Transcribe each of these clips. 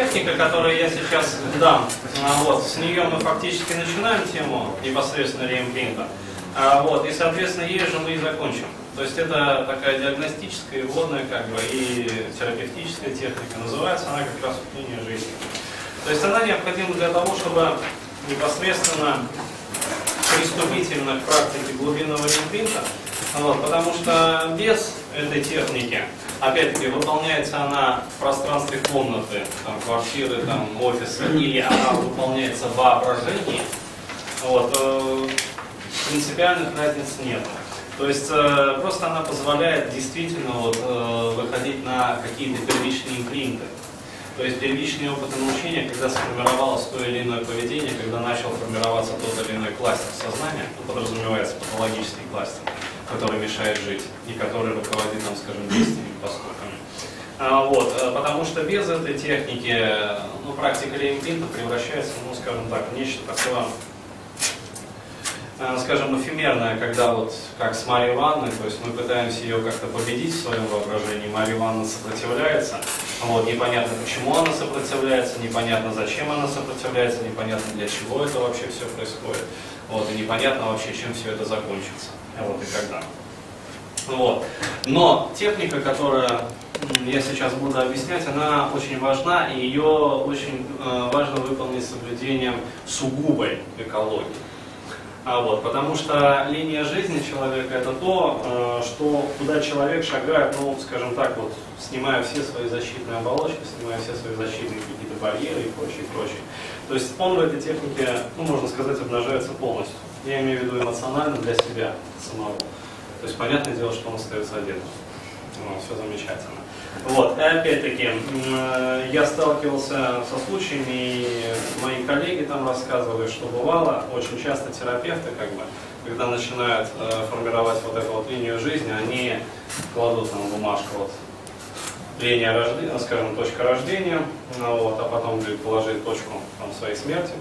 техника, которую я сейчас дам, вот, с нее мы фактически начинаем тему непосредственно реимплинта. Вот, и, соответственно, ей же мы и закончим. То есть это такая диагностическая, вводная, как бы, и терапевтическая техника. Называется она как раз линия жизни. То есть она необходима для того, чтобы непосредственно приступить именно к практике глубинного реимплинта. Вот, потому что без этой техники, опять-таки, выполняется она в пространстве комнаты, там, квартиры, там, офиса, или она выполняется в воображении, вот, принципиальных разниц нет. То есть просто она позволяет действительно вот, выходить на какие-то первичные имплинты. То есть первичный опыт научения, когда сформировалось то или иное поведение, когда начал формироваться тот или иной кластер сознания, подразумевается патологический кластер, который мешает жить и который руководит, там, скажем, действиями и поступками. Вот, потому что без этой техники, ну, практика реимплинта превращается, ну, скажем так, в нечто такое, скажем, эфемерное, когда вот, как с Марьей Ивановной, то есть мы пытаемся ее как-то победить в своем воображении, Марья Ивановна сопротивляется, вот, непонятно, почему она сопротивляется, непонятно, зачем она сопротивляется, непонятно, для чего это вообще все происходит, вот, и непонятно вообще, чем все это закончится, вот, и когда. Вот. Но техника, которую я сейчас буду объяснять, она очень важна, и ее очень важно выполнить с соблюдением сугубой экологии. Вот, потому что линия жизни человека — это то, куда человек шагает, ну, скажем так, вот, снимая все свои защитные оболочки, снимая все свои защитные какие-то барьеры и прочее, прочее. То есть он в этой технике, ну, можно сказать, обнажается полностью. Я имею в виду эмоционально для себя самого. То есть понятное дело, что он остается одетым. Ну, все замечательно. Вот, и опять-таки, я сталкивался со случаями, и мои коллеги там рассказывали, что бывало, очень часто терапевты, как бы, когда начинают формировать вот эту вот линию жизни, они кладут там бумажку, вот, линия рождения, скажем, точка рождения, вот, а потом говорит, положить точку там, своей смерти.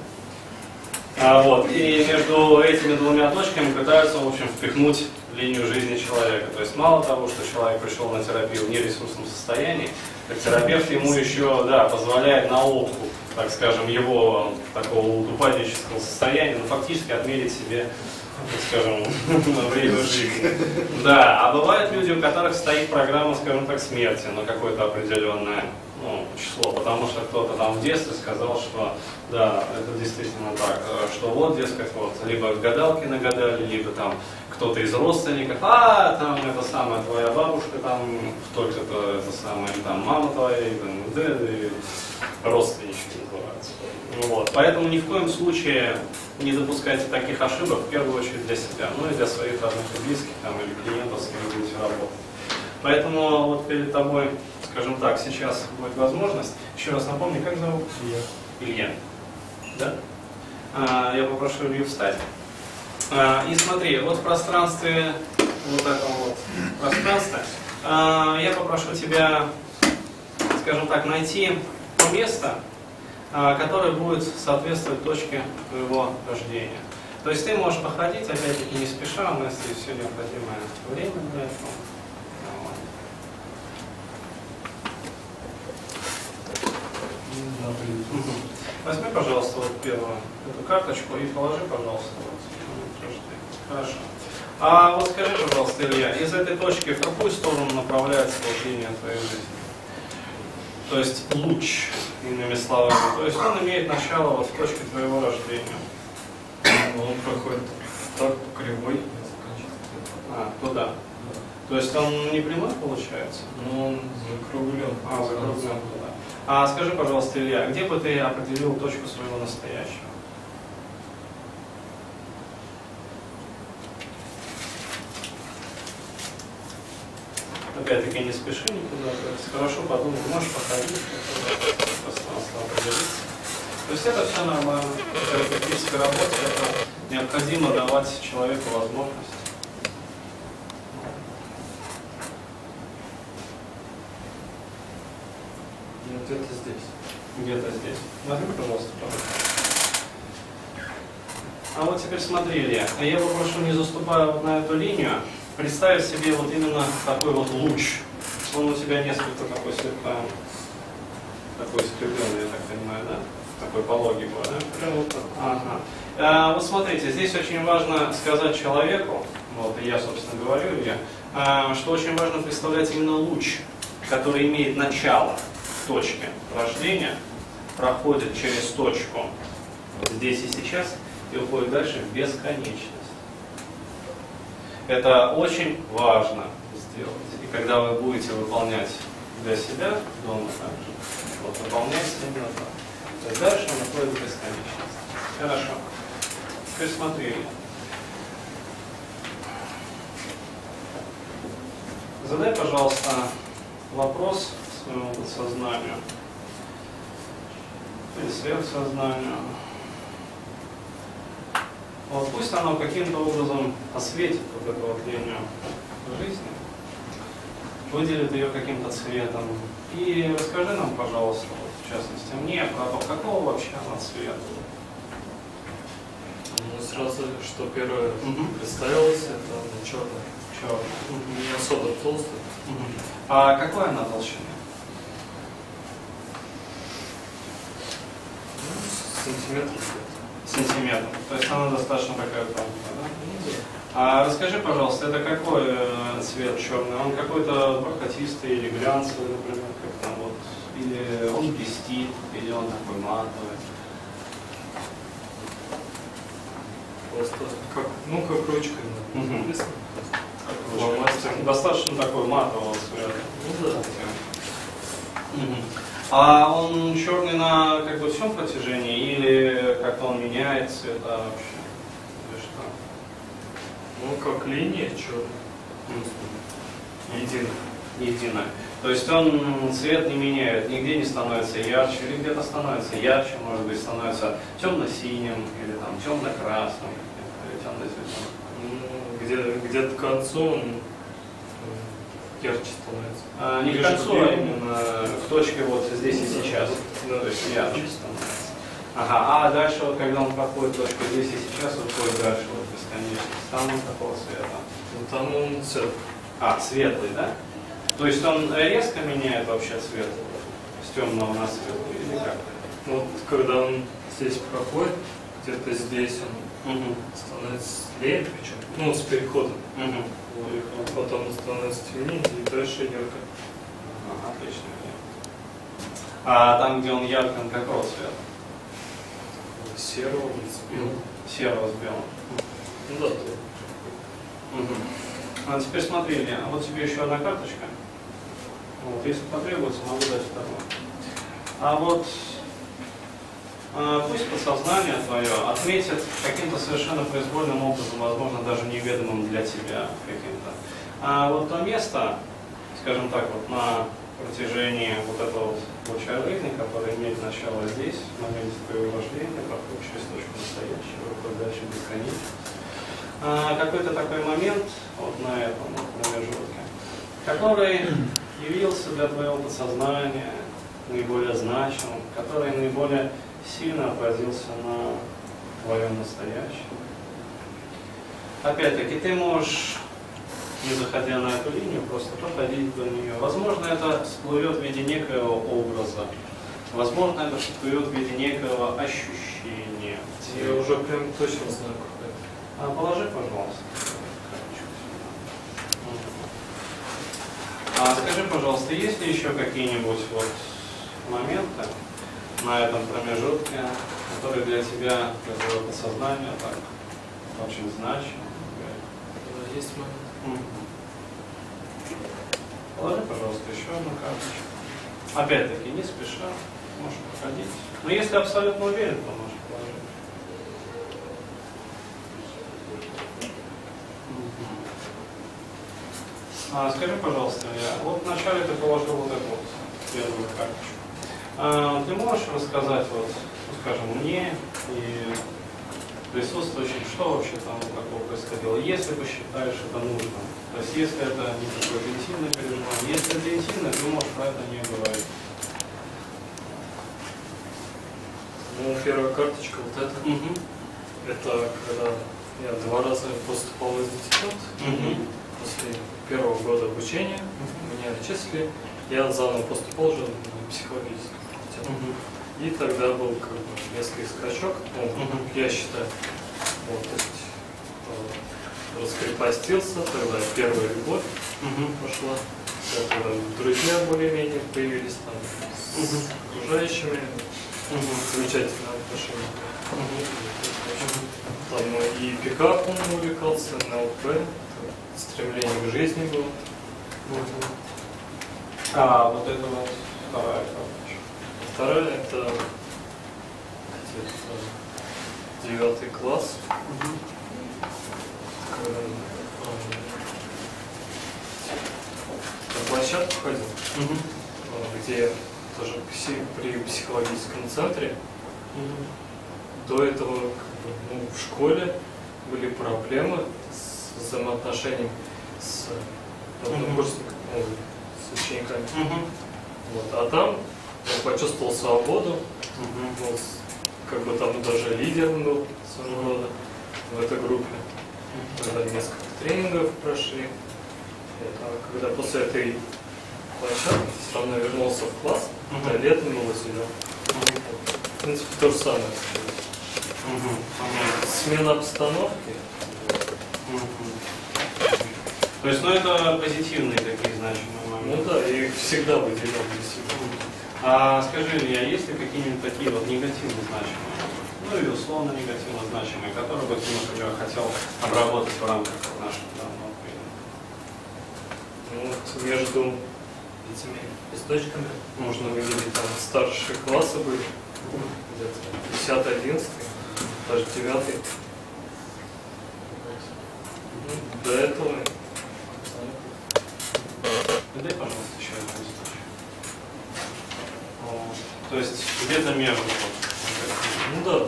Вот, и между этими двумя точками пытаются, в общем, впихнуть линию жизни человека. То есть мало того, что человек пришел на терапию в нересурсном состоянии, так терапевт ему еще, да, позволяет на откуп, так скажем, его такого упаднического состояния, ну, фактически отмерить себе, так скажем, время жизни. Да, а бывают люди, у которых стоит программа, скажем так, смерти на какое-то определенное, ну, число, потому что кто-то там в детстве сказал, что да, это действительно так, что вот, дескать, вот, либо гадалки нагадали, либо там кто-то из родственников, там это самая твоя бабушка, там только-то это самое, там мама твоя, и, там, да, и родственнички называются. Вот. Поэтому ни в коем случае не допускайте таких ошибок, в первую очередь для себя, ну и для своих родных и близких, там, или клиентов, с кем вы будете работать. Поэтому вот перед тобой, скажем так, сейчас будет возможность, еще раз напомню, как зовут? Илья. Да? Я попрошу Илью встать. И смотри, вот в пространстве, вот этом вот пространстве, я попрошу тебя, скажем так, найти то место, которое будет соответствовать точке твоего рождения. То есть ты можешь походить, опять-таки не спеша, у нас есть все необходимое время для этого. Возьми, пожалуйста, вот первую эту карточку и положи, пожалуйста, вот. Хорошо. А вот скажи, пожалуйста, Илья, из этой точки в какую сторону направляется вот линия твоей жизни? То есть луч, иными словами. То есть он имеет начало вот в точке твоего рождения. Он проходит так по кривой и заканчивается. Туда. То есть он не прямой получается? Но он закруглен. Закруглен туда. А скажи, пожалуйста, Илья, где бы ты определил точку своего настоящего? Опять-таки не спеши никуда, то есть хорошо подумай, можешь походить, пространство определиться. То есть это все нормально. В терапевтической работе это необходимо давать человеку возможность. Где-то здесь. Где-то здесь. Возьми, пожалуйста, А вот теперь смотри, Илья, я попрошу, не заступая вот на эту линию, представить себе вот именно такой вот луч. Он у тебя несколько такой слегка Такой скругленный, я так понимаю, да? Такой пологий был, да? Прям вот так. Ага. Вот смотрите, здесь очень важно сказать человеку, вот и я, собственно, говорю, Илья, что очень важно представлять именно луч, который имеет начало в точке рождения, проходит через точку вот здесь и сейчас и уходит дальше в бесконечность. Это очень важно сделать. И когда вы будете выполнять для себя дома также, вот выполняйте именно так. То есть дальше он уходит в бесконечность. Хорошо. Теперь смотри. Задай, пожалуйста, вопрос своему подсознанию или сверхсознанию. Вот пусть оно каким-то образом осветит вот эту вот линию жизни, выделит ее каким-то цветом. И расскажи нам, пожалуйста, вот, в частности мне, про то, какого вообще она цвета. Ну, сразу, что первое представилось, это черный. Черный. Не особо толстый. А какой она толщина? Сантиметр где-то. Сантиметр. То есть она достаточно такая тонкая, да? Ну, да. А расскажи, пожалуйста, это какой цвет черный? Он какой-то бархатистый или глянцевый, например, как там вот, или он блестит, или он такой матовый? Просто как, ну, как ручкой написано. Фломастер. Достаточно такой матового цвета. Ну да. А он черный на как бы всем протяжении или как-то он меняет цвета вообще? Или что? Ну, как линия черная. Единая. Единая. То есть он цвет не меняет, нигде не становится ярче, или где-то становится ярче, может быть, становится темно-синим, или там темно-красным, или темно-зеленым. Ну, где-то к концу он ярче становится. Не к концу, а именно к точке вот здесь и сейчас. Да. То есть ярче становится. Ага, а дальше, вот, когда он проходит точку здесь и сейчас, уходит дальше вот бесконечность. Там он какого цвета? Ну, там он цвет. Светлый, да? То есть он резко меняет вообще цвет с темного на светлый или как? Вот когда он здесь проходит, где-то здесь он Угу. становится светлее, причем, ну, с переходом. Угу. Потом он становится темнее и дальше ярко. Отлично. А там, где он ярко, он какого цвета? Серого или с белым. Серого с белым. Ну да, Угу. А теперь смотри, Илья, вот тебе еще одна карточка. Вот, если потребуется, могу дать вторую. А вот пусть подсознание твое отметит каким-то совершенно произвольным образом, возможно, даже неведомым для тебя каким-то. А вот то место, скажем так, вот на протяжении вот этого вот луча жизни, который имеет начало здесь, в моменте твоего рождения, проходит через точку настоящего, выходит дальше бесконечно. Какой-то такой момент вот на этом вот промежутке, который явился для твоего подсознания наиболее значимым, который наиболее сильно отразился на твоем настоящем. Опять-таки, ты можешь, не заходя на эту линию, просто проходить до нее. Возможно, это всплывет в виде некоего образа. Возможно, это всплывет в виде некого ощущения. я уже прям точно знаю, какой. Положи, пожалуйста. Скажи, пожалуйста, есть ли еще какие-нибудь вот моменты на этом промежутке, которые для тебя, для твоего подсознания так очень значимы? Да, есть момент. Положи, пожалуйста, еще одну карточку. Опять-таки, не спеша, можешь проходить. Но если абсолютно уверен, то можешь положить. Скажи, пожалуйста, вот вначале ты положил вот эту вот первую карточку. Ты можешь рассказать, вот, ну, скажем, мне и присутствующим, что вообще там такого происходило, если вы считаешь это нужным? То есть, если это не какое-то интимное переживание, если это интимное, ты можешь про это не говорить. Ну, первая карточка вот эта. Это когда я 2 раза поступал в институт. После первого года обучения меня отчислили. Я заново поступал уже на психологический. университета. И тогда был как бы резкий скачок, я считаю. Вот, то есть раскрепостился, тогда первая любовь пошла, тогда друзья более-менее появились там с окружающими, замечательные отношения. Там и пикапом увлекался, НЛП, стремление к жизни было. А вот это вот вторая карточка. Вторая это где-то 9 класс. На площадку ходил, где тоже при психологическом центре. До этого как бы, в школе были проблемы с взаимоотношением с однокурсниками, с учениками. Вот. А там я почувствовал свободу, вот, как бы там даже лидером был своего рода в этой группе. Когда несколько тренингов прошли. Когда после этой площадки все равно вернулся в класс, да, летом было сидел. В принципе, то же самое. Смена обстановки. То есть, ну это позитивные такие значимые моменты. Ну да, и всегда выделял для себя. А скажи мне, а есть ли какие-нибудь такие вот негативно значимые, ну или условно негативно значимые, которые бы ты, например, хотел обработать в рамках нашего данного Ну, вот между этими листочками можно выделить, там старшие классы были, где-то 10-11, даже 9. До этого. Дай, пожалуйста, еще один листочек. То есть где-то между. Ну да,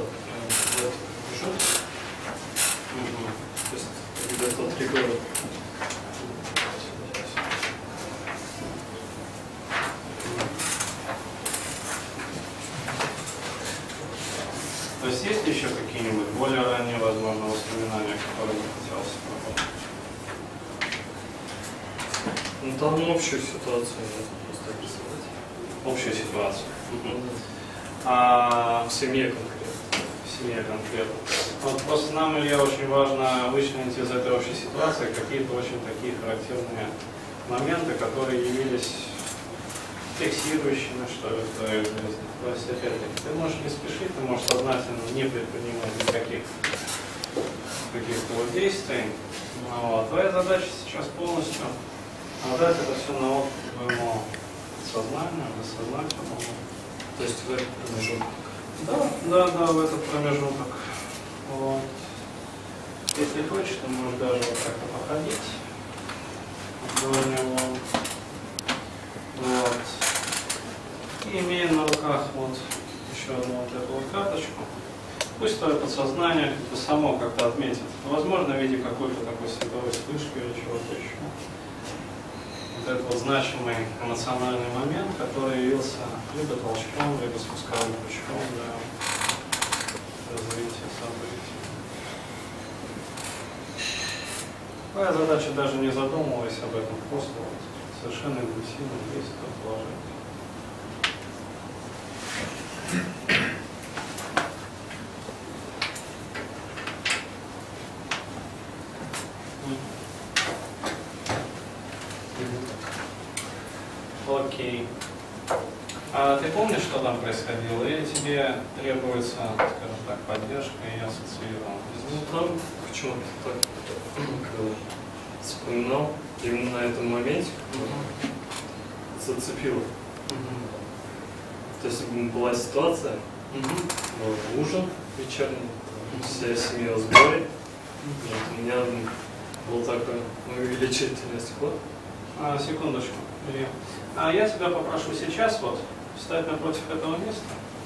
то есть где-то 3 года. То есть есть еще какие-нибудь более ранние, возможно, воспоминания, которые бы хотелось проработать? Ну там общую ситуацию можно просто рисовать. Общую ситуацию. В семье конкретно. В семье конкретно. Вот просто нам, Илья, очень важно вычленить из этой общей ситуации какие-то очень такие характерные моменты, которые явились фиксирующими, что ли, в твоей жизни. То есть, опять-таки, ты можешь не спешить, ты можешь сознательно не предпринимать никаких каких-то вот действий. Вот. Твоя задача сейчас полностью отдать это все на откуп твоему сознанию, бессознательному. То есть в этот промежуток. Да, в этот промежуток. Вот. Если хочешь, ты можешь даже вот как-то походить вдоль него. Вот. И имея на руках вот еще одну вот эту вот карточку, пусть твое подсознание как-то само как-то отметит. Возможно, в виде какой-то такой световой вспышки или чего-то еще. Вот этот вот значимый эмоциональный момент, который явился либо толчком, либо спусковым крючком для развития событий. Твоя задача даже не задумываясь об этом, просто вот совершенно интуитивно действовать, положение. Окей. А ты помнишь, что там происходило? Или тебе требуется, скажем так, поддержка и ассоциированность? Ну там почему-то так, когда вспоминал, именно на этом моменте зацепило. То есть была ситуация, был ужин вечерний, вся семья в сборе. У меня был такой увеличительный стекло. Секундочку, Илья. Я тебя попрошу сейчас вот встать напротив этого места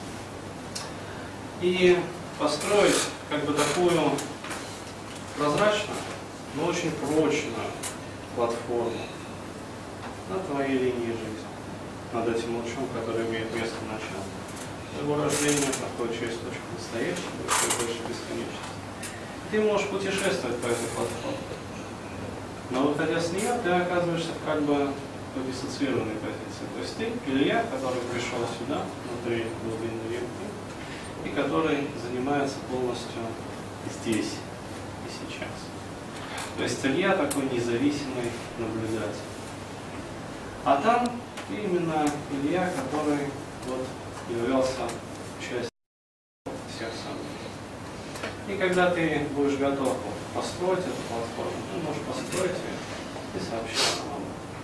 и построить как бы такую прозрачную, но очень прочную платформу на твоей линии жизни, над этим лучом, который имеет место начала. Его рождение проходит через точку настоящего, и больше бесконечности. Ты можешь путешествовать по этой платформе. Но выходя с нее, ты оказываешься как бы по диссоциированной позиции. То есть ты, Илья, который пришел сюда, внутри глубины реки, и который занимается полностью здесь и сейчас. То есть Илья такой независимый наблюдатель. А там именно Илья, который вот являлся частью всех событий. И когда ты будешь готов построить эту платформу, ты можешь построить ее и сообщить нам об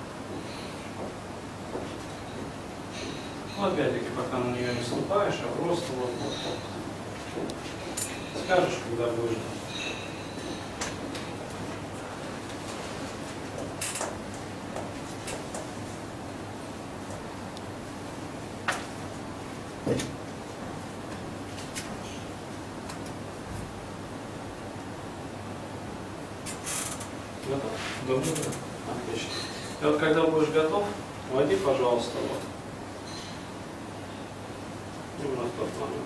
этом. Ну, опять-таки, пока на нее не ступаешь, а просто вот скажешь, когда будешь. Готов? Да. Отлично. И вот когда будешь готов, вводи, пожалуйста, вот. Именно в тот момент.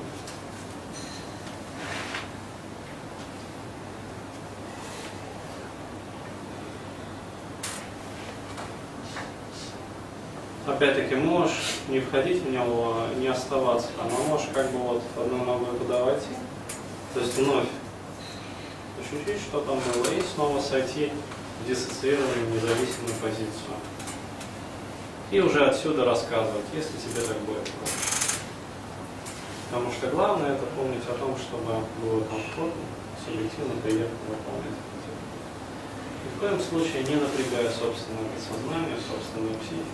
Опять-таки можешь не входить в него, не оставаться там, а можешь как бы вот одной ногой туда войти, то есть вновь ощутить, что там было, и снова сойти в диссоциированную независимую позицию. И уже отсюда рассказывать, если тебе так будет проще. Потому что главное это помнить о том, чтобы было комфортно, субъективно приятно выполнять. Ни в коем случае не напрягая собственное подсознание, собственную психику.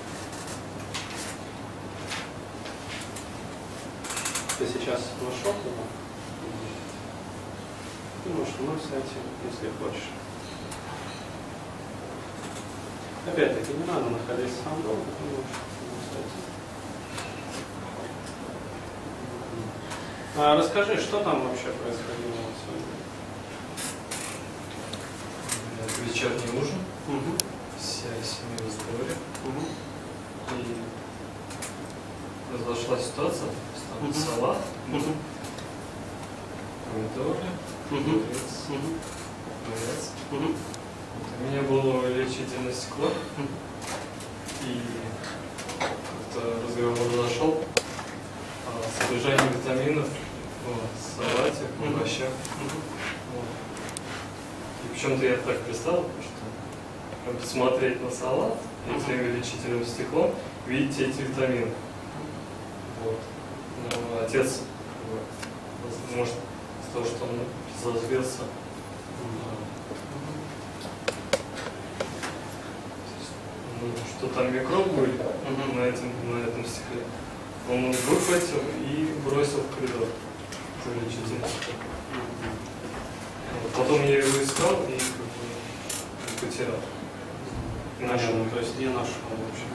Ты сейчас нашел его? Ты можешь вновь сойти, если хочешь. Опять-таки, не надо находиться сам долго, ты можешь вновь сойти. Расскажи, что там вообще происходило сегодня? Вечерний ужин. Вся семья в сборе. И произошла ситуация, что там салат, помидоры, огурец, огурец. Вот у меня было увеличительное стекло, и как-то разговор зашел о содержании витаминов в салате, в овощах. И почему-то я так представил, что надо смотреть на салат и этим увеличительным стеклом видеть эти витамины. Вот. Но отец, может, из-за того, что он разозлился, что там микробы были на этом стекле, он выхватил и бросил в коридор. Увеличительный стекло. Потом я его искал и потерял. Нашел, то есть не нашел вообще.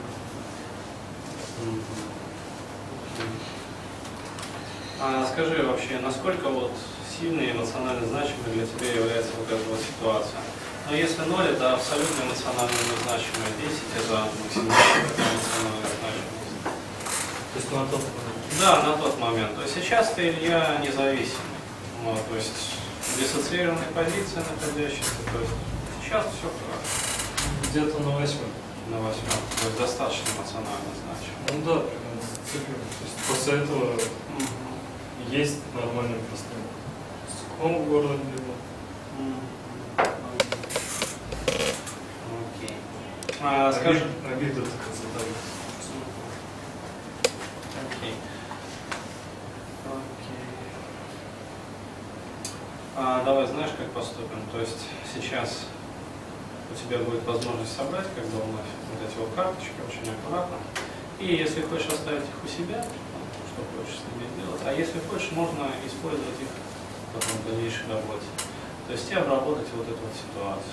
Скажи вообще, насколько вот сильной и эмоционально значимой для тебя является вот эта вот ситуация? Но если 0 это абсолютно эмоционально незначимое, 10 это максимально эмоционально значимость. То есть на тот момент? Да, на тот момент. То есть сейчас ты, Илья, независимый. Вот, то есть в диссоциированной позиции находящийся. То есть сейчас все хорошо. Где-то на 8. На 8. То есть достаточно эмоционально значимо. Ну да, примерно зацепил. То есть после этого есть нормальное пространство. Стеклом в горле либо. Окей. Скажи. Обида так задали. Окей. Давай, знаешь, как поступим? То есть сейчас у тебя будет возможность собрать, как бы вновь вот эти вот карточки очень аккуратно. И если хочешь оставить их у себя, что хочешь с ними сделать, а если хочешь, можно использовать их потом в дальнейшей работе. То есть и обработать вот эту вот ситуацию.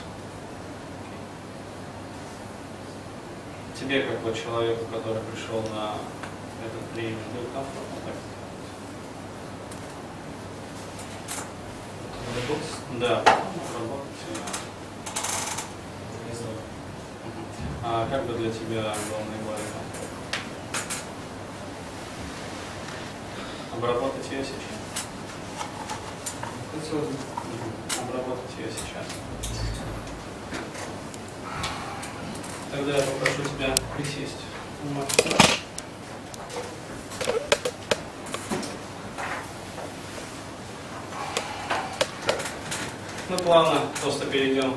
Тебе, как вот человеку, который пришел на этот прием, будет комфортно так? Да, работать. Не знаю. А как бы для тебя было наиболее комфортно? Обработать ее сейчас? Хотелось бы. Обработать ее сейчас. тогда я попрошу тебя присесть. Мы плавно просто перейдем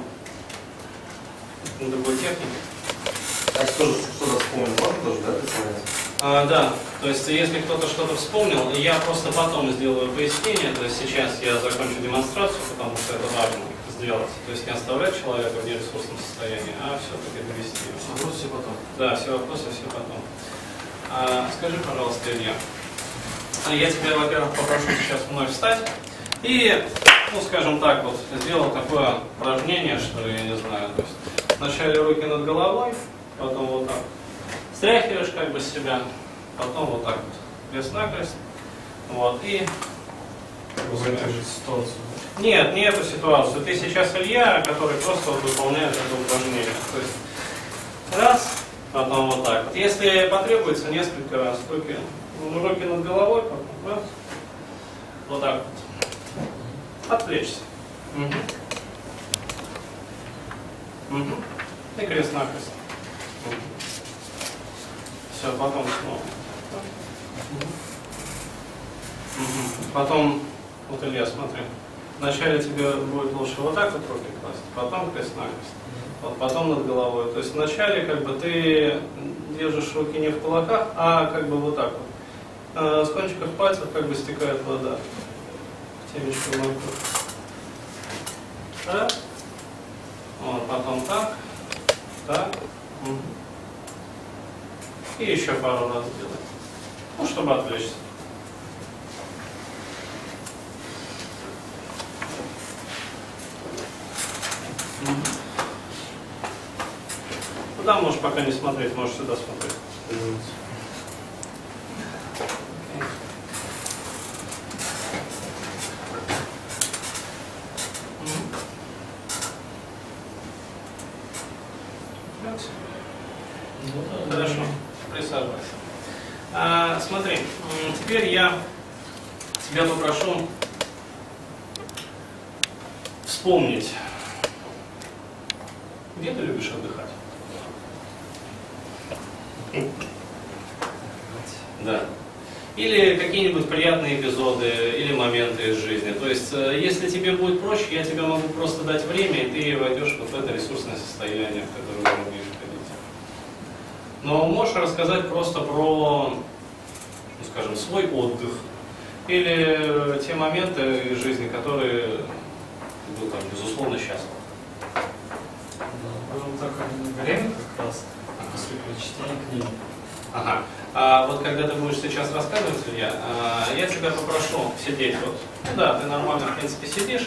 к другой технике. А что-то вспомнил, можно тоже, да, представлять? Да, то есть если кто-то что-то вспомнил, я просто потом сделаю пояснение, то есть сейчас я закончу демонстрацию, потому что это важно сделать. То есть не оставлять человека в нересурсном состоянии, а все-таки довести его. Вопросы все потом. Да, все вопросы, все потом. Скажи, пожалуйста, Илья, я тебя, во-первых, попрошу сейчас вновь встать и, ну, скажем так, вот, сделал такое упражнение, что ли, я не знаю, то есть вначале руки над головой, потом вот так стряхиваешь как бы с себя, потом вот так вот, крест-накрест, вот, и... В этой же ситуации. Нет, не эту ситуацию. Ты сейчас Илья, который просто вот выполняет это упражнение. То есть раз, потом вот так. Вот. Если потребуется, несколько раз. Руки над головой, потом раз. Вот так вот. Отвлечься. Угу. И крест-накрест. Все, потом снова. Потом, вот Илья, смотри. Вначале тебе будет лучше вот так вот руки класть, потом крест-накрест, вот, потом над головой. То есть вначале как бы ты держишь руки не в кулаках, а как бы вот так вот. С кончиков пальцев как бы стекает вода в темечко макушки. Раз. Вот, потом так. Так. Угу. И еще пару раз сделать. Ну, чтобы отвлечься. Туда можешь пока не смотреть, можешь сюда смотреть. Хорошо, присаживайся. Смотри, теперь я тебя попрошу вспомнить, где ты любишь отдыхать? Да. Или какие-нибудь приятные эпизоды, или моменты из жизни. То есть, если тебе будет проще, я тебе могу просто дать время, и ты войдешь вот в это ресурсное состояние, в которое вы умеешь ходить. Но можешь рассказать просто про, ну, скажем, свой отдых. Или те моменты из жизни, которые ты был там, безусловно, счастлив. Было такое время как раз после прочтения книги. Ага. А вот когда ты будешь сейчас рассказывать, Илья, я тебя попрошу сидеть вот. Ну да, ты нормально, в принципе, сидишь.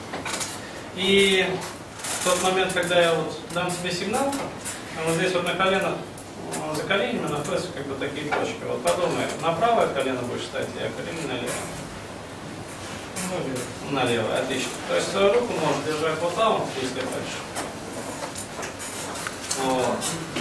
И в тот момент, когда я вот дам тебе сигнал, вот здесь вот на коленах, за коленями находятся как бы такие точки. Вот подумай, на правое колено будешь ставить, а колено налево. Налево, отлично. То есть руку можешь держать вот там, если хочешь. Вот.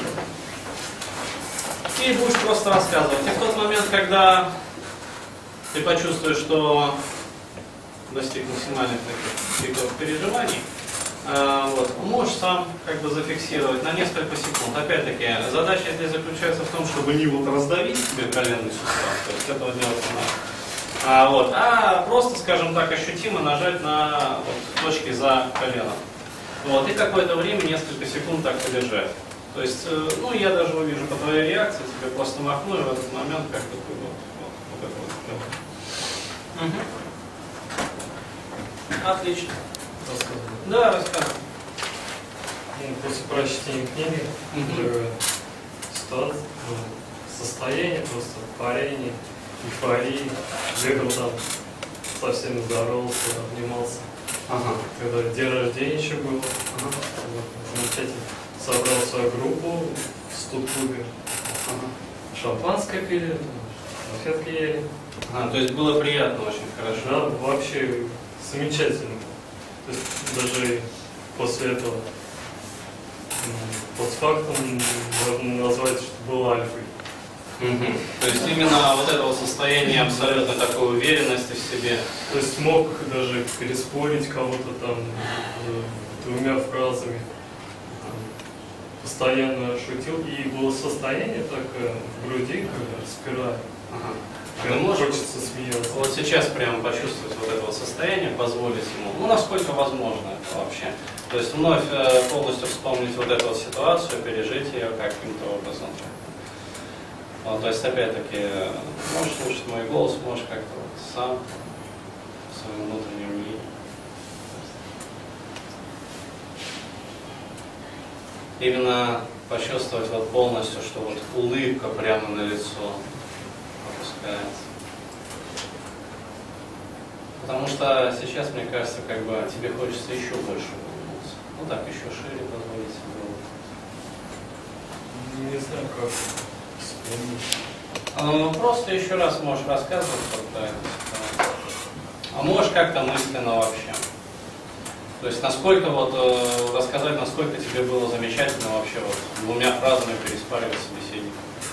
И будешь просто рассказывать. И в тот момент, когда ты почувствуешь, что достиг максимальных таких пиков переживаний, вот, можешь сам как бы зафиксировать на несколько секунд. Опять-таки, задача здесь заключается в том, чтобы не вот раздавить себе коленный сустав, то есть этого делать не надо. А просто, скажем так, ощутимо нажать на вот, точки за коленом. Вот, и какое-то время, несколько секунд так подержать. То есть, ну, я даже увижу по твоей реакции, тебе просто махну, и в этот момент как-то ты вот это вот делаешь. Отлично. Рассказывай. Да, рассказывай. Ну, после прочтения книги, состояние просто парения, эйфории, бегал там, со всеми здоровался, обнимался. Ага. Когда день рождения еще был, вот, замечательно. Собрал свою группу в студ-клубе. Шампанское пили, конфетки ели. То есть было приятно очень, хорошо. Да, вообще замечательно. То есть даже после этого постфактум можно назвать, что был альфой. То есть именно вот это вот состояние абсолютно такой уверенности в себе. То есть мог даже переспорить кого-то там двумя фразами. постоянно шутил, и было состояние так в груди, как распирает. Ага. Прям Ты можешь хочется смеяться. вот сейчас прямо почувствовать вот это вот состояние, позволить ему, ну, насколько возможно это вообще. То есть вновь полностью вспомнить вот эту вот ситуацию, пережить ее каким-то образом. Вот, то есть, опять-таки, можешь слушать мой голос, можешь как-то вот сам в своем внутреннем мире. Именно почувствовать вот полностью, что вот улыбка прямо на лицо опускается. Потому что сейчас, мне кажется, как бы тебе хочется еще больше улыбнуться. Ну так, еще шире позволить себе улыбнуться. Не знаю, как вспомнить. Просто еще раз можешь рассказывать про эту ситуацию. А можешь как-то мысленно вообще. То есть насколько вот рассказать, насколько тебе было замечательно вообще вот двумя фразами переспаривать собеседника.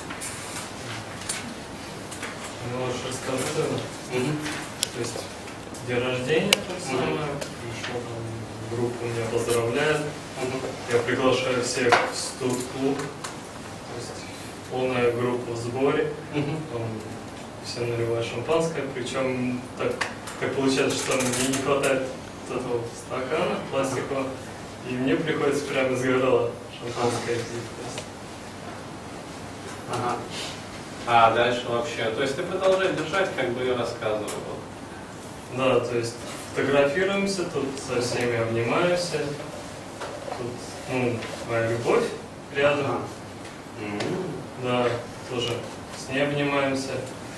Можешь рассказать? То есть день рождения так самое, пришел там, группа меня поздравляет, я приглашаю всех в студ-клуб, то есть полная группа в сборе, там все наливают шампанское, причем так получается, что мне не хватает вот этого стакана пластикового, и мне приходится прямо из горла шампанское пить. Ага. А дальше вообще, то есть ты продолжаешь держать, как бы я рассказывал. Да, то есть фотографируемся, тут со всеми обнимаемся, тут, ну, моя любовь рядом, да, тоже с ней обнимаемся,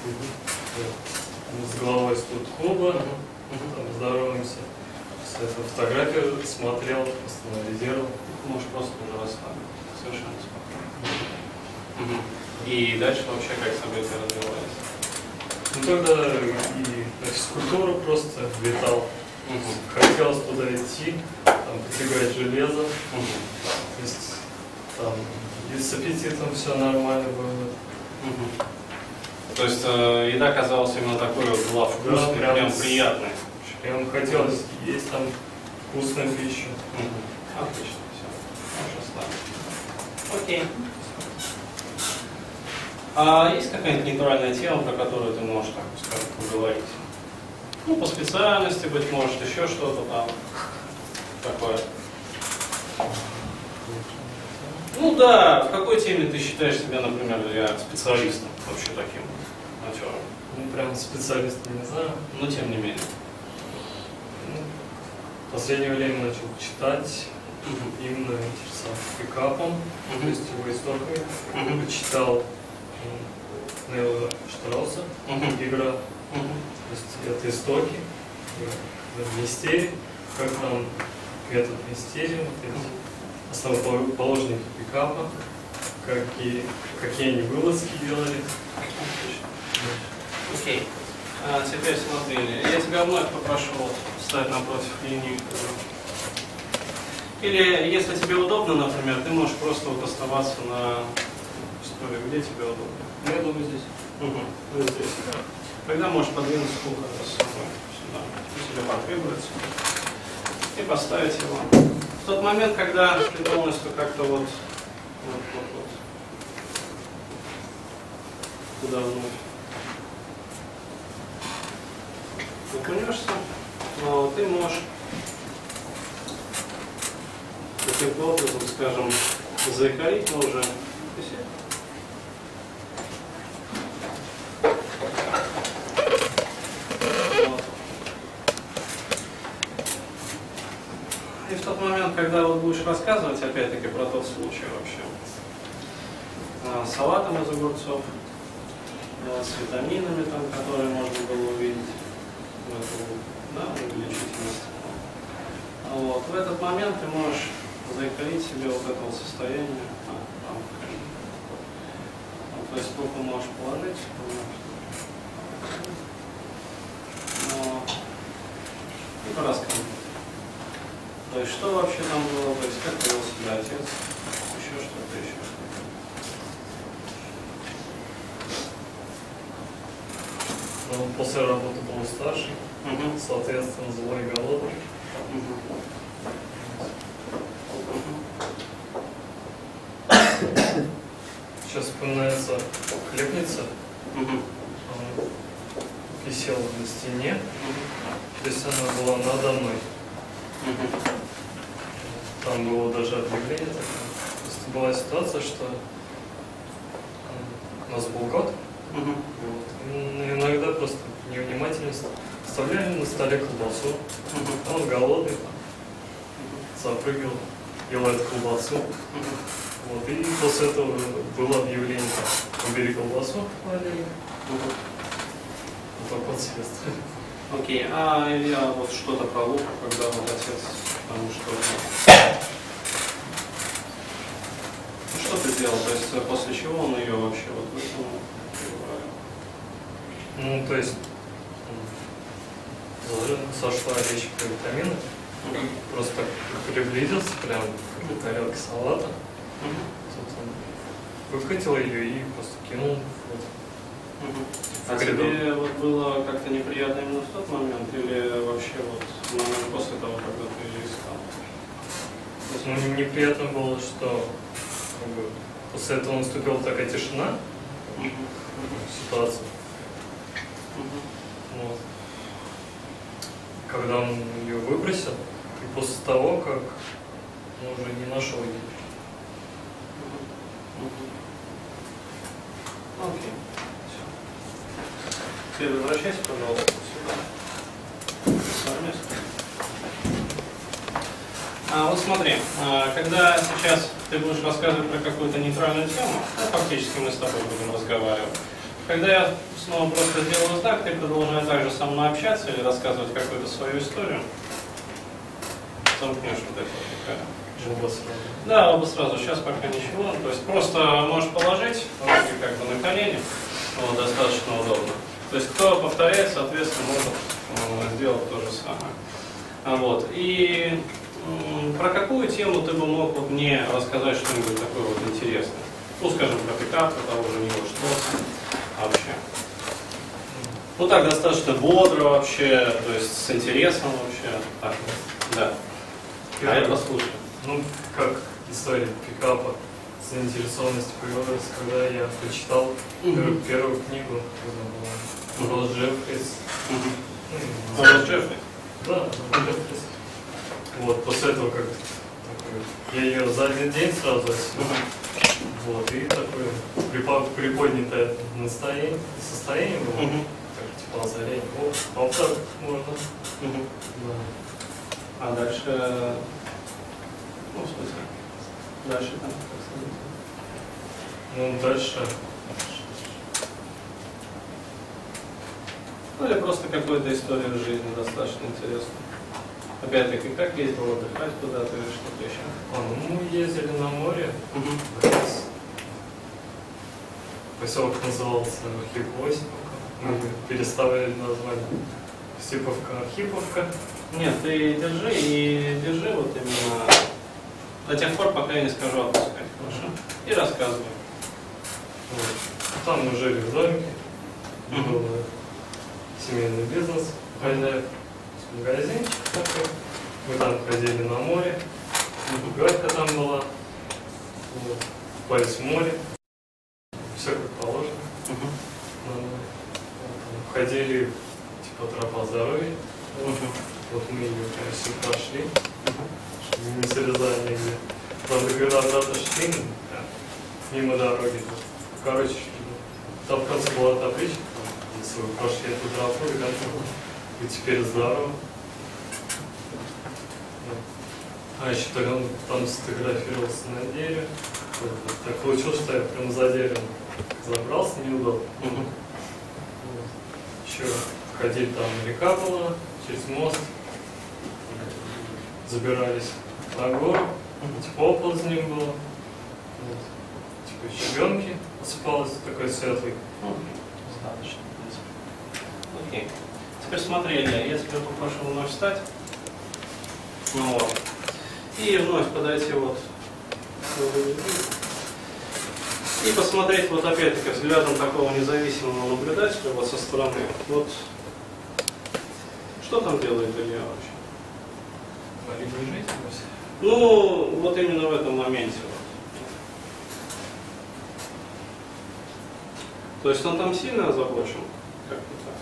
с головой с тут клуба, там здороваемся, эту фотографию смотрел, просто анализировал. Можешь просто уже расслабиться, совершенно спокойно. И дальше вообще как события развивались? Ну тогда и на физкультуру просто летал. Хотелось туда идти, там потягать железо. То есть там и с аппетитом все нормально было. То есть еда казалась именно такой вот была вкусной, Да, прям приятной. Прям хотелось есть там вкусную пищу. Отлично, все. Можешь оставить. Окей. А есть какая-нибудь нейтральная тема, про которую ты можешь, так скажем, поговорить? Ну, по специальности, быть может, еще что-то там такое. Ну да, в какой теме ты считаешь себя, например, специалистом, вообще таким матерым? Ну, прям специалист не знаю. Но тем не менее. Ну, в последнее время начал читать, именно интересовался пикапом, то есть его истоками. Читал Нейла Штрауса, игра, то есть это истоки, мистерий, как там метод мистерия, основоположники пикапа, какие они вылазки делали. Окей. А теперь смотри, я тебя вновь попрошу встать напротив линии. Или, если тебе удобно, например, ты можешь просто вот оставаться на стуле, где тебе удобно. Я думаю, здесь. Вот здесь. Тогда можешь подвинуть стул с собой сюда, если тебе потребуется, и поставить его. В тот момент, когда ты полностью как-то вот туда вновь окунешься, но ты можешь каким-то образом, скажем, заикарить, но уже вот. И в тот момент, когда вот будешь рассказывать, опять-таки, про тот случай вообще, с салатом из огурцов, с витаминами, там, которые можно было увидеть, да, увеличительность. Вот. В этот момент ты можешь заикарить себе вот это вот состояние. То есть руку можешь положить. И порассказывать. То есть что вообще там было, то есть как повел себя отец, еще что-то, еще что-то. Он после работы был старший, соответственно, злой и голодный. сейчас вспоминается хлебница. Мгм. Висела на стене. То есть она была надо мной. Мгм. Там было даже объявление такое. Просто была ситуация, что у нас был год. Мгм. Вот. И иногда просто невнимательность. Оставляли на столе колбасу. Мгм. Он голодный, запрыгал, ел эту колбасу. Вот. И после этого было объявление, убери колбасу в холодильник. Мгм. Вот такой цвет. Окей, а я вот что-то про Луку, когда вот отец, потому что... Ну, что ты делал? То есть после чего он ее вообще вот выкинул? Ну, то есть сошла речь про витамины. Просто так приблизился, прям к тарелке салата. Собственно, выкатил ее и просто кинул. Вот. А В коридор. тебе вот было как-то неприятно именно в тот момент или вообще вот в момент после того, когда ты ее искал? То есть, ну, неприятно было, что как бы, после этого наступила такая тишина в ситуации. Вот. Когда он ее выбросил, и после того, как он уже не нашел ее. Окей. Все. Теперь возвращайся, пожалуйста, сюда. Свое место. Вот смотри, когда сейчас ты будешь рассказывать про какую-то нейтральную тему, фактически мы с тобой будем разговаривать. Когда я снова просто сделаю знак, ты продолжай также со мной общаться или рассказывать какую-то свою историю. Замкнешь вот это вот такая. Оба сразу. Да, оба сразу. Сейчас пока ничего. То есть просто можешь положить руки как бы на колени. Вот, достаточно удобно. То есть кто повторяет, соответственно, может сделать то же самое. Вот. И про какую тему ты бы мог вот мне рассказать что-нибудь такое вот интересное? Ну, скажем, про пикап, про того же Нива Штоса вообще. Ну так, достаточно бодро вообще, то есть с интересом вообще. Так, да. А я послушаю. Ну, как история пикапа, заинтересованность появилась, когда я прочитал первую книгу, когда была Ролл Джеффрис. Ролл Джеффрис? Да, Ролл Джеффрис. Вот, после этого как я ее за один день сразу осилил. Вот, и такое приподнятое состояние было, как типа озарение. Вот, а так можно. Да. А дальше, ну, в смысле, дальше там, как сказать? Ну, дальше. Ну, или просто какую-то историю жизни достаточно интересную. Опять-таки, как ездил отдыхать куда-то или что-то еще? Ну, мы ездили на море. Поселок назывался Архип-Осиповка. Мы переставили название. Степовка-Архиповка. Нет, ты держи вот именно до тех пор, пока я не скажу отпускать, хорошо? И рассказывай. Вот. Там мы жили в домике. Был семейный бизнес. Хозяев магазинчик такой. Мы там ходили на море. Галька там была. Вот. Купались в море. Все как положено. Ходили типа тропа здоровья. Вот мы ее, конечно, прошли, не срезая нигде. Правда, когда обратно шли, мимо дороги, короче, там в конце была табличка, если вы прошли эту тропу, и теперь здорово. А еще тогда он там сфотографировался на дереве. Так получилось, что я прям за деревом забрался, неудобно. Еще ходили, там река была, через мост, забирались на гору, типа оползнем было, вот. Типа щебенки осыпалось, такой светлый. Достаточно, в принципе. Окей. Теперь смотри, Илья, я тебя попрошу вновь встать. Ну вот. И вновь подойти вот. И посмотреть вот опять-таки взглядом такого независимого наблюдателя вот со стороны. Вот что там делает Илья вообще? Ну, вот именно в этом моменте. Вот. То есть он там сильно озабочен? Как-то так.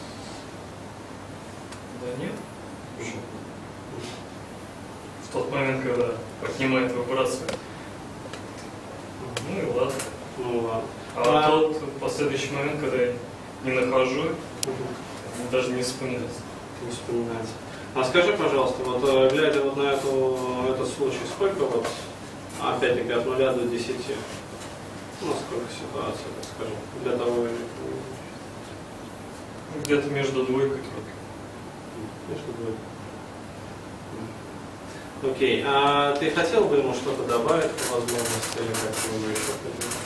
Да нет. В тот момент, когда поднимает вибрацию. Ну и ладно. Ну ладно. А тот последующий момент, когда я не нахожу, даже не вспоминается. Не вспоминается. А скажи, пожалуйста, вот глядя вот на этот случай, сколько вот, опять-таки, от 0 до 10, ну, сколько ситуаций, так скажем, для того, Где-то между двойкой и тройкой. между двумя. Окей, а ты хотел бы ему что-то добавить по возможности или как-то ему еще хотел?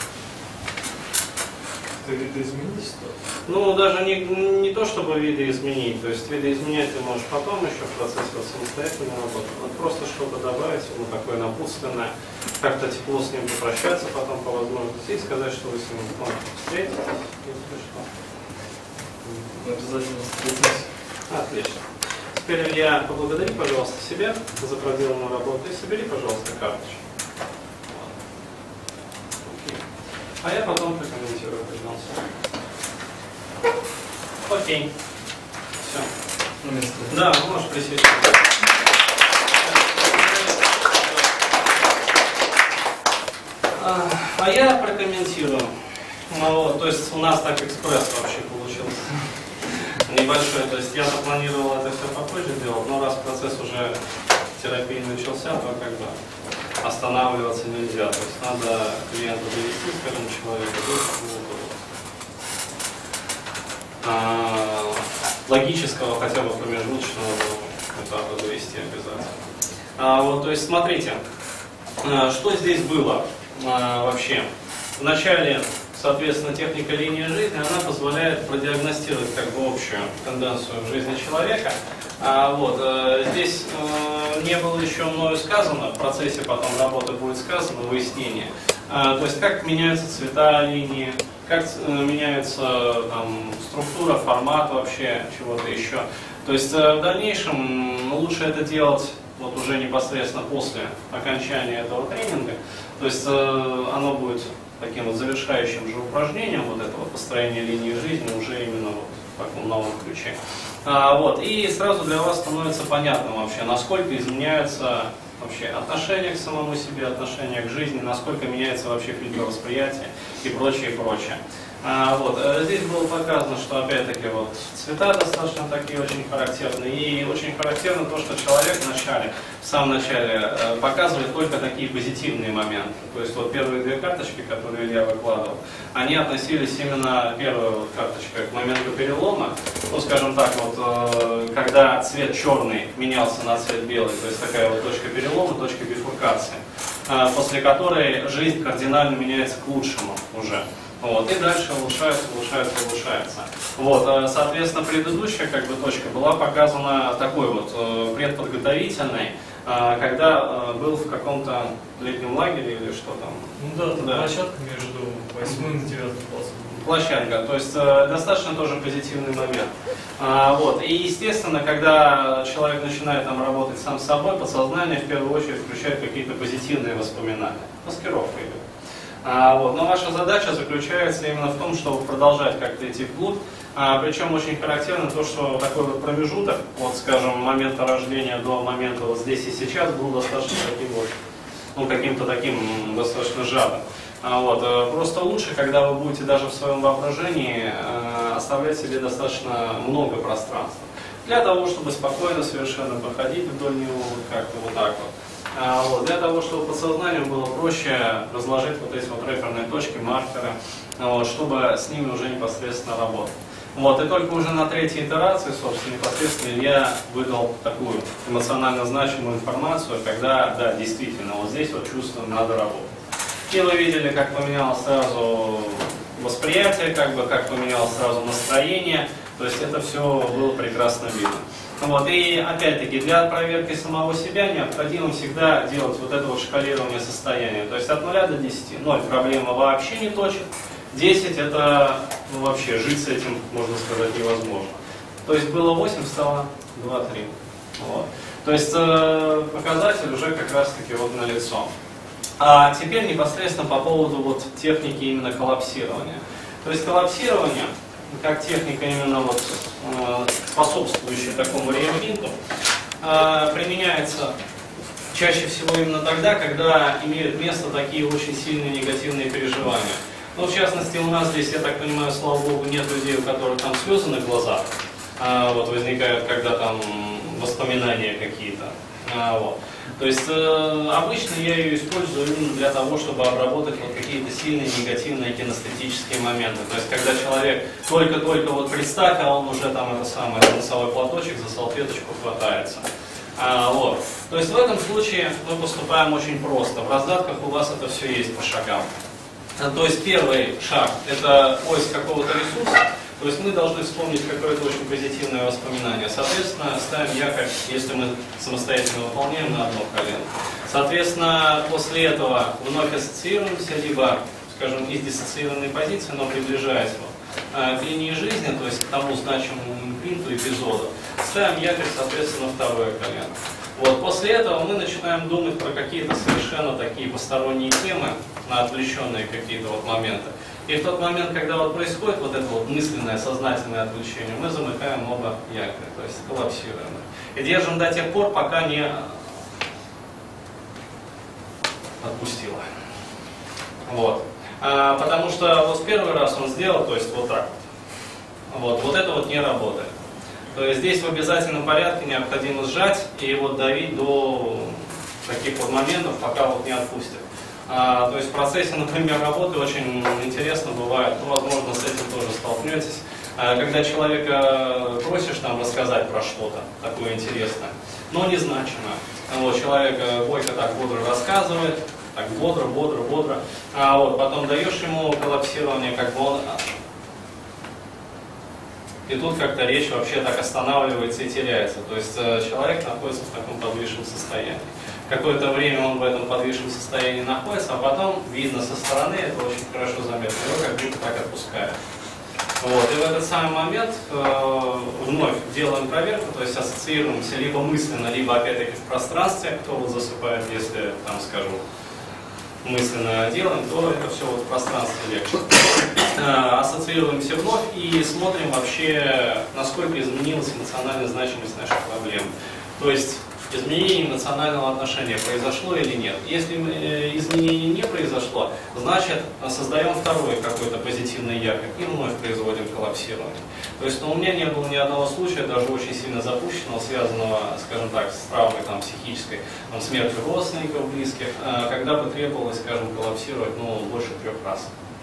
Ты видоизменить ситуацию? Ну, даже не то, чтобы виды изменить, то есть виды изменять ты можешь потом еще в процессе вот самостоятельной работы, вот просто что-то добавить, ему такое напутственное, как-то тепло с ним попрощаться потом по возможности и сказать, что вы с ним встретитесь, если что. Обязательно встретимся. Отлично. Теперь, Илья, поблагодари, пожалуйста, себя за проделанную работу и собери, пожалуйста, карточку. А я потом прокомментирую, пожалуйста. Окей. Все. На место. Да, можешь присесть. А я прокомментирую. Ну, вот, то есть у нас так экспресс вообще получился. Небольшой. То есть я-то планировал это все попозже делать, но раз процесс уже терапии начался, то как бы останавливаться нельзя. То есть надо клиенту довести, скажем, человека до логического, хотя бы промежуточного этапа довести обязательно. Вот, то есть смотрите, что здесь было вообще. Вначале, соответственно, техника линии жизни, она позволяет продиагностировать как бы общую тенденцию в жизни человека. Вот, здесь не было еще мною сказано, в процессе потом работы будет сказано, выяснение. То есть как меняются цвета линии, как меняется там, структура, формат вообще, чего-то еще. То есть в дальнейшем лучше это делать вот уже непосредственно после окончания этого тренинга. То есть оно будет таким вот завершающим же упражнением вот этого построения линии жизни уже именно вот в таком новом ключе. Вот, и сразу для вас становится понятно вообще, насколько изменяются вообще отношение к самому себе, отношение к жизни, насколько меняется вообще фильтр восприятия и прочее, прочее. Вот, здесь было показано, что опять-таки вот цвета достаточно такие очень характерные, и очень характерно то, что человек в самом начале показывает только такие позитивные моменты. То есть вот первые две карточки, которые я выкладывал, они относились именно, первая вот карточка, к моменту перелома, ну скажем так, вот когда цвет черный менялся на цвет белый, то есть такая вот точка перелома, точка бифуркации, после которой жизнь кардинально меняется к лучшему уже. Вот, и дальше улучшается. Вот, соответственно, предыдущая как бы точка была показана такой вот предподготовительной, когда был в каком-то летнем лагере или что там. Ну да, там площадка между 8 и 9 классом. Площадка, то есть достаточно тоже позитивный момент. Вот, и естественно, когда человек начинает там работать сам с собой, подсознание в первую очередь включает какие-то позитивные воспоминания. Маскировка идет. Вот. Но ваша задача заключается именно в том, чтобы продолжать как-то идти вглубь. Причем очень характерно то, что такой вот промежуток, вот скажем, момента рождения до момента вот здесь и сейчас был достаточно таким вот, ну каким-то таким достаточно сжатым. Вот. Просто лучше, когда вы будете даже в своем воображении оставлять себе достаточно много пространства. Для того, чтобы спокойно совершенно проходить вдоль него вот как-то вот так вот. Вот, для того, чтобы подсознанию было проще разложить вот эти вот реперные точки, маркеры, вот, чтобы с ними уже непосредственно работать. Вот, и только уже на третьей итерации, собственно, непосредственно Илья выдал такую эмоционально значимую информацию, когда, да, действительно, вот здесь вот чувствуем, надо работать. И вы видели, как поменялось сразу восприятие, как поменялось сразу настроение, то есть это все было прекрасно видно. Вот, и опять-таки для проверки самого себя необходимо всегда делать вот это вот шкалирование состояния. То есть от 0 до 10. 0 проблема вообще не точит. 10 это ну, вообще жить с этим, можно сказать, невозможно. То есть было 8, стало 2-3. Вот. То есть показатель уже как раз таки вот налицо. А теперь непосредственно по поводу вот техники именно коллапсирования. То есть коллапсирование, как техника именно вот, способствующая такому реимпринту, применяется чаще всего именно тогда, когда имеют место такие очень сильные негативные переживания. Ну, в частности, у нас здесь, я так понимаю, слава богу, нет людей, у которых там слезы на глазах, вот, возникают, когда там воспоминания какие-то. Вот. То есть обычно я ее использую именно для того, чтобы обработать вот какие-то сильные негативные кинестетические моменты. То есть когда человек только-только вот представь, а он уже там это самое, носовой платочек за салфеточку хватается. Вот. То есть в этом случае мы поступаем очень просто. В раздатках у вас это все есть по шагам. То есть первый шаг – это поиск какого-то ресурса. То есть мы должны вспомнить какое-то очень позитивное воспоминание. Соответственно, ставим якорь, если мы самостоятельно выполняем, на одно колено. Соответственно, после этого вновь ассоциируемся, либо, скажем, из диссоциированной позиции, но приближаясь к линии жизни, то есть к тому значимому импринту, эпизоду, ставим якорь, соответственно, на второе колено. Вот. После этого мы начинаем думать про какие-то совершенно такие посторонние темы, на отвлеченные какие-то вот моменты. И в тот момент, когда вот происходит вот это вот мысленное, сознательное отвлечение, мы замыкаем оба якоря, то есть коллапсируем. И держим до тех пор, пока не отпустило. Вот. Потому что вот в первый раз он сделал, то есть вот так вот. Вот это вот не работает. То есть здесь в обязательном порядке необходимо сжать и вот давить до таких вот моментов, пока вот не отпустит. То есть в процессе, например, работы очень интересно бывает, ну, возможно, с этим тоже столкнетесь, когда человека просишь там рассказать про что-то такое интересное, но незначимое. Вот, человек бойко так бодро рассказывает, так бодро, вот, потом даешь ему коллапсирование, как бы он... И тут как-то речь вообще так останавливается и теряется. То есть человек находится в таком подвижном состоянии. Какое-то время он в этом подвижном состоянии находится, а потом видно со стороны, это очень хорошо заметно, его как будто так отпускает. Вот. И в этот самый момент вновь делаем проверку, то есть ассоциируемся либо мысленно, либо опять-таки в пространстве, кто вот засыпает, если, там, скажем, мысленно делаем, то это все вот в пространстве легче. Ассоциируемся вновь и смотрим вообще, насколько изменилась эмоциональная значимость наших проблем. То есть изменение эмоционального отношения произошло или нет. Если изменение не произошло, значит создаем второй какой-то позитивный якорь и вновь производим коллапсирование. То есть у меня не было ни одного случая, даже очень сильно запущенного, связанного, скажем так, с травмой там, психической, там, смертью родственников, близких, когда бы требовалось, скажем, коллапсировать больше 3 раз.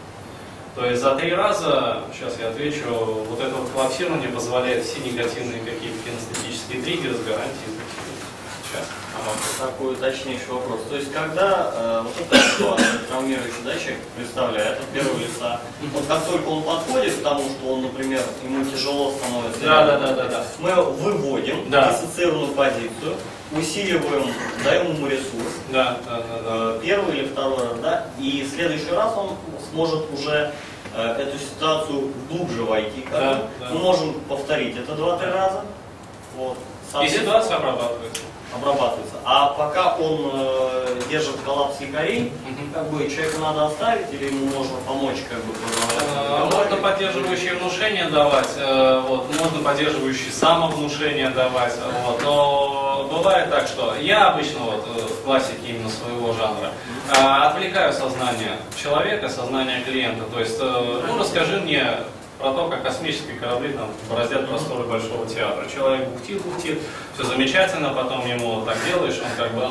То есть за 3 раза, сейчас я отвечу, вот это вот коллапсирование позволяет все негативные какие-то кинестетические триггеры с гарантией закинуть. Сейчас. Такой уточнейший вопрос. То есть когда вот эта ситуация, травмирующая, да, человек представляет от первого лица, вот как только он подходит к тому, что он, например, ему тяжело становится, Да. мы выводим диссоциированную позицию, усиливаем, даем ему ресурс, первый или второй раз, да, и в следующий раз он сможет уже эту ситуацию глубже войти. Мы можем повторить это 2-3 раза. Вот. И ситуация обрабатывается. А пока он держит коллапс якорей, как бы человеку надо оставить или ему можно помочь, как бы продолжать? Можно поддерживающие внушения давать, вот, можно поддерживающие самовнушения давать, вот, но бывает так, что я обычно вот, в классике именно своего жанра отвлекаю сознание человека, сознание клиента, то есть, расскажи мне про то, как космические корабли там бороздят просторы Большого театра. Человек бухтит, все замечательно, потом ему так делаешь, он как бы,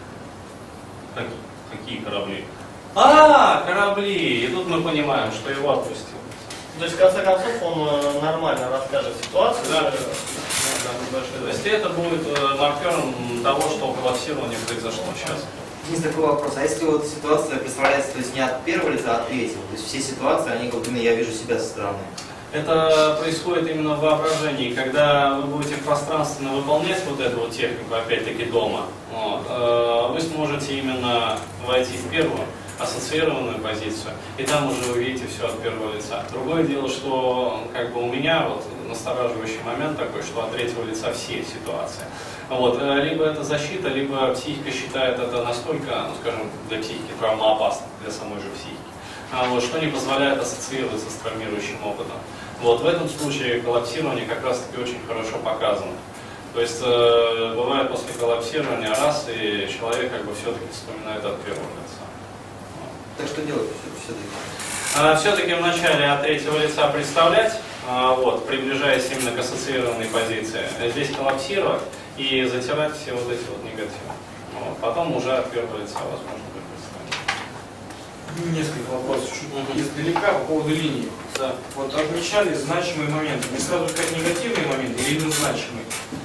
какие корабли? Корабли! И тут мы понимаем, что его отпустил. То есть, в конце концов, он нормально расскажет ситуацию. То есть это будет маркером того, что коллапсирование произошло сейчас. Есть такой вопрос, а если вот ситуация представляется, то есть не от первого лица, а от третьего, то есть все ситуации, они как бы, я вижу себя со стороны. Это происходит именно в воображении, когда вы будете пространственно выполнять вот эту вот технику, опять-таки дома, вы сможете именно войти в первую ассоциированную позицию, и там уже увидите все от первого лица. Другое дело, что как бы у меня вот настораживающий момент такой, что от третьего лица все ситуации. Вот. Либо это защита, либо психика считает это настолько, скажем, для психики травмоопасно, для самой же психики. вот, что не позволяет ассоциироваться с травмирующим опытом. Вот, в этом случае коллапсирование как раз таки очень хорошо показано. То есть бывает после коллапсирования раз, и человек как бы все-таки вспоминает от первого лица. Так что делать все-таки? Все-таки вначале от третьего лица представлять, вот, приближаясь именно к ассоциированной позиции. Здесь коллапсировать и затирать все вот эти вот негативы. Вот. Потом уже от первого лица возможно будет представить. Несколько вопросов издалека по поводу линии. Да. Вот отмечали значимые моменты. Не сразу сказать негативные моменты или именно значимые?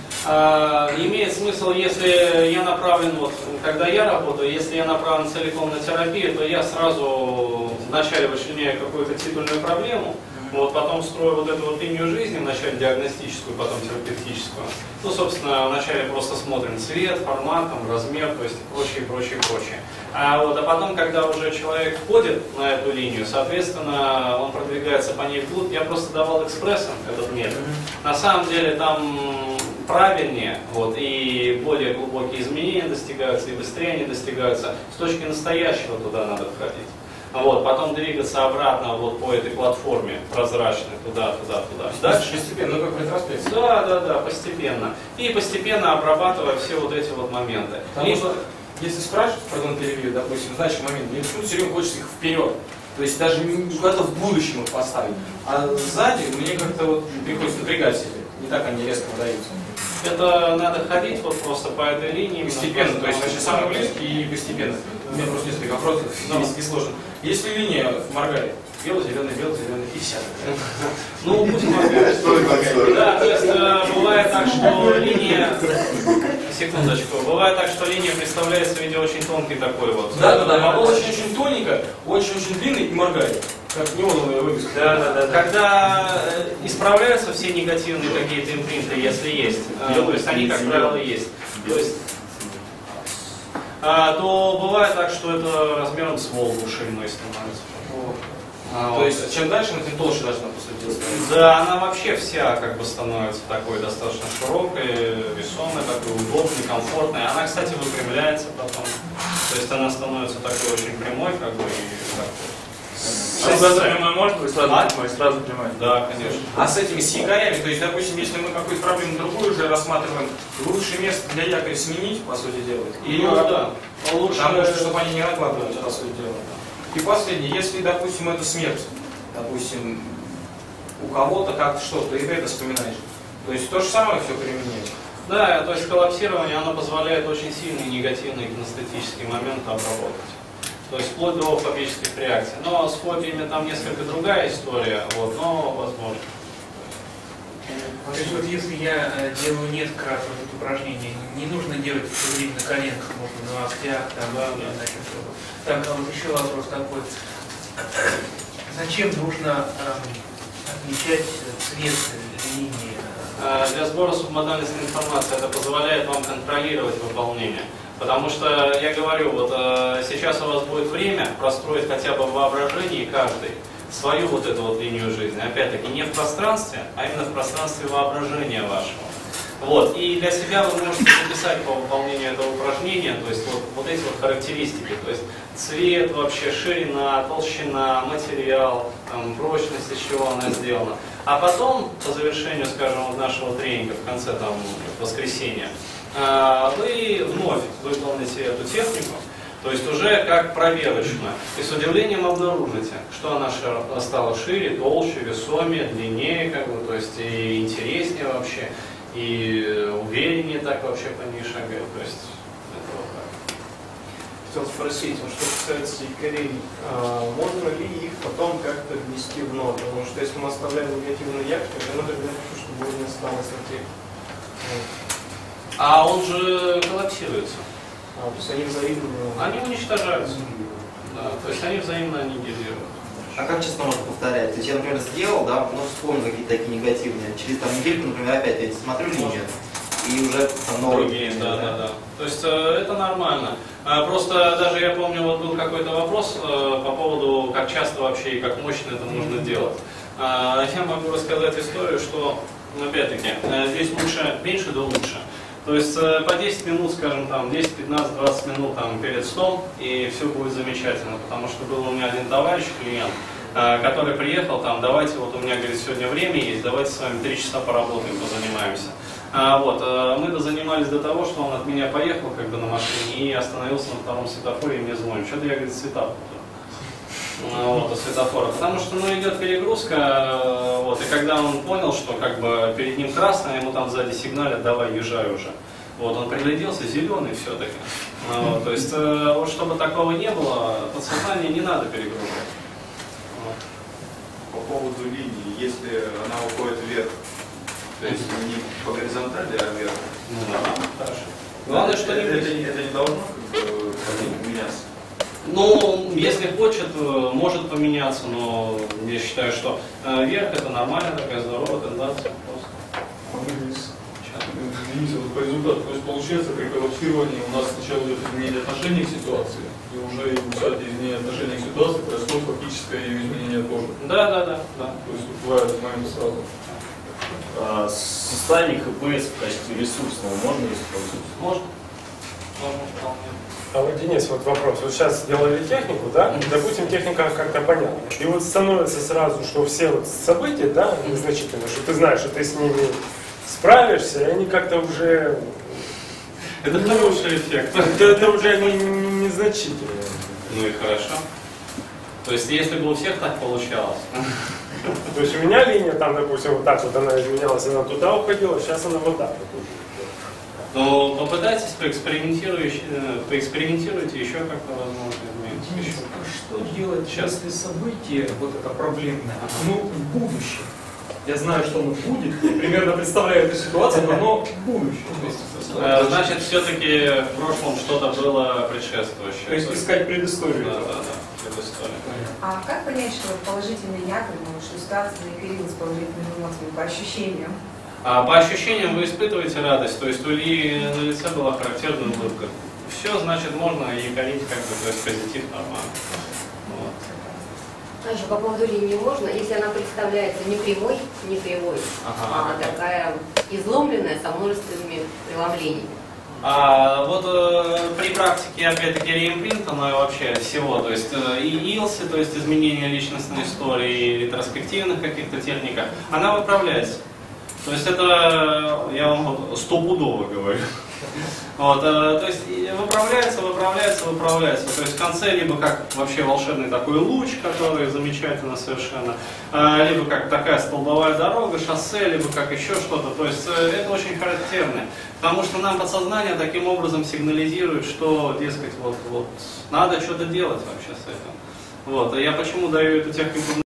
Имеет смысл, если я направлен, вот, когда я работаю, если я направлен целиком на терапию, то я сразу вначале вычленяю какую-то титульную проблему, вот, потом строю вот эту вот линию жизни, вначале диагностическую, потом терапевтическую. Ну, собственно, вначале просто смотрим цвет, формат, там, размер, то есть прочее, прочее, прочее. А потом, когда уже человек входит на эту линию, соответственно, он продвигается по ней вглубь. Я просто давал экспрессом этот метод. На самом деле там правильнее, вот, и более глубокие изменения достигаются, и быстрее они достигаются. С точки настоящего туда надо входить. Вот, потом двигаться обратно вот по этой платформе прозрачной, туда. Дальше постепенно, ну как ретроспекция. Да, постепенно. И постепенно обрабатывая все вот эти вот моменты. Потому что, если спрашивать, пардон, перебью, допустим, значимый момент, мне все время хочется их вперед. То есть даже не куда-то в будущем их поставить. А сзади мне как-то вот приходится напрягать себя. Не так они резко выдаются. Это надо ходить вот просто по этой линии. Постепенно, то есть вообще самый близкий и постепенно. У меня просто несколько вопросов, не сложно. Если линия моргает, бело-зеленый, и вся. Ну, пусть моргает. Да, то есть бывает так, что линия... Секундочку. Бывает так, что линия представляется в виде очень тонкой такой вот. Да, а очень тоненько, очень длинный и моргает. Как неоновая вывеска. Да. Когда исправляются все негативные какие-то импринты, если есть, то есть они, как правило, есть. То есть, то бывает так, что это размером с Волгу шириной становится. То есть чем дальше, тем толще должна по сути становиться. Да, она вообще вся как бы становится такой достаточно широкой, весомой, такой удобной, комфортной. Она, кстати, выпрямляется потом. То есть она становится такой очень прямой, как бы, и такой. Сразу прямой может быть? Сразу прямой. Да, конечно. А с этими якорями, то есть, допустим, если мы какую-то проблему другую уже рассматриваем, лучше место для якоря сменить, по сути дела? Или да. Лучше, потому что, чтобы они не накладывались, по сути дела. И последнее, если, допустим, это смерть, допустим, у кого-то как-то что-то, и ты это вспоминаешь, то есть то же самое все применяешь? Да, то есть коллапсирование, оно позволяет очень сильные негативные кинестетические моменты обработать. То есть вплоть до фобических реакций. Но с фобиями там несколько другая история, вот, но возможно. То есть вот если я делаю несколько раз вот это упражнение, не нужно делать все время на коленках, можно на локтях, там, Так, а вот еще вопрос такой. Зачем нужно отмечать цвет линии? Для сбора субмодальностной информации это позволяет вам контролировать выполнение. Потому что, я говорю, вот сейчас у вас будет время простроить хотя бы в воображении каждый свою вот эту вот линию жизни. Опять-таки не в пространстве, а именно в пространстве воображения вашего. Вот. И для себя вы можете записать по выполнению этого упражнения, то есть вот эти вот характеристики, то есть цвет, вообще ширина, толщина, материал, там, прочность, из чего она сделана. А потом, по завершению, скажем, вот нашего тренинга, в конце там, воскресенья, вы вновь выполните эту технику, то есть уже как проверочную. И с удивлением обнаружите, что она стала шире, толще, весомее, длиннее, как бы, то есть и интереснее вообще, и увереннее так вообще по ней шагает. То есть это вот так. Хотел спросить, вот что касается якорей, можно ли их потом как-то ввести в норму? Потому что если мы оставляем негативный якорь, то я хочу, чтобы он не осталось на тех. А он же коллапсируется. То есть они взаимно... Они уничтожаются. Да, то есть они взаимно аннигилируют. А как часто можно повторять? То есть я, например, сделал, да, но вспомнил какие-то такие негативные. Через там недельку, например, опять я смотрю линию, и уже там новые. Другие, да. То есть это нормально. Просто даже я помню, вот был какой-то вопрос по поводу, как часто вообще и как мощно это нужно делать. Я могу рассказать историю, что, опять-таки, здесь лучше, меньше да лучше. То есть по 10 минут, скажем, там 10, 15, 20 минут там, перед сном, и все будет замечательно. Потому что был у меня один товарищ, клиент, который приехал, там, давайте, вот у меня, говорит, сегодня время есть, давайте с вами 3 часа поработаем, позанимаемся. Мы дозанимались до того, что он от меня поехал как бы на машине и остановился на втором светофоре и мне звонит. Что-то я, говорит, цвета у светофора. Потому что идет перегрузка, и когда он понял, что как бы перед ним красное, ему там сзади сигналят, давай, езжай уже. Он пригляделся, зеленый все-таки. То есть, чтобы такого не было, подсознание не надо перегружать. По поводу линии, если она уходит вверх, то есть не по горизонтали, а вверх. Хорошо. Главное, что это не должно меняться. Если хочет, может поменяться, но я считаю, что вверх это нормальная такая здоровая тенденция. Извините, по результату, то есть получается, при коллапсировании у нас сначала идет изменение отношения к ситуации, и уже в результате изменения отношения к ситуации происходит фактическое ее изменение тоже. Да. То есть бывает этот момент сразу. Состояние ХПС в качестве ресурсного можно использовать? Можно. А вот, Денис, вот вопрос. Вот сейчас делали технику, да? Допустим, техника как-то понятна. И вот становится сразу, что все вот события, да, незначительные, что ты знаешь, что ты с ними справишься, и они как-то уже... Это хороший эффект. Это уже незначительно. Ну и хорошо. То есть, если бы у всех так получалось. То есть у меня линия там, допустим, вот так вот она изменялась, она туда уходила, сейчас она вот так вот. Но попытайтесь поэкспериментируйте еще как-то возможно. Что делать, если событие, вот это проблемное, в будущем? Я знаю, что оно будет, примерно представляю эту ситуацию, но оно в будущем. Значит, все-таки в прошлом что-то было предшествующее. То есть искать предысторию. Да, предысторию. А как понять, что положительный якорь, что ситуация накрылась с положительными эмоциями, по ощущениям? По ощущениям вы испытываете радость, то есть у Ильи на лице была характерная улыбка. Все, значит, можно якорить как бы, то есть позитив нормально. А еще по поводу линии можно, если она представляется не прямой, а такая изломленная со множественными преломлениями. При практике, опять-таки, реимпринта, но и вообще всего, то есть и ИЛСи, то есть изменение личностной истории, и ретроспективных каких-то техниках, она выправляется. То есть это, я вам стопудово говорю. То есть выправляется. То есть в конце либо как вообще волшебный такой луч, который замечательно совершенно, либо как такая столбовая дорога, шоссе, либо как еще что-то. То есть это очень характерно. Потому что нам подсознание таким образом сигнализирует, что, дескать, вот надо что-то делать вообще с этим. Я почему даю эту технику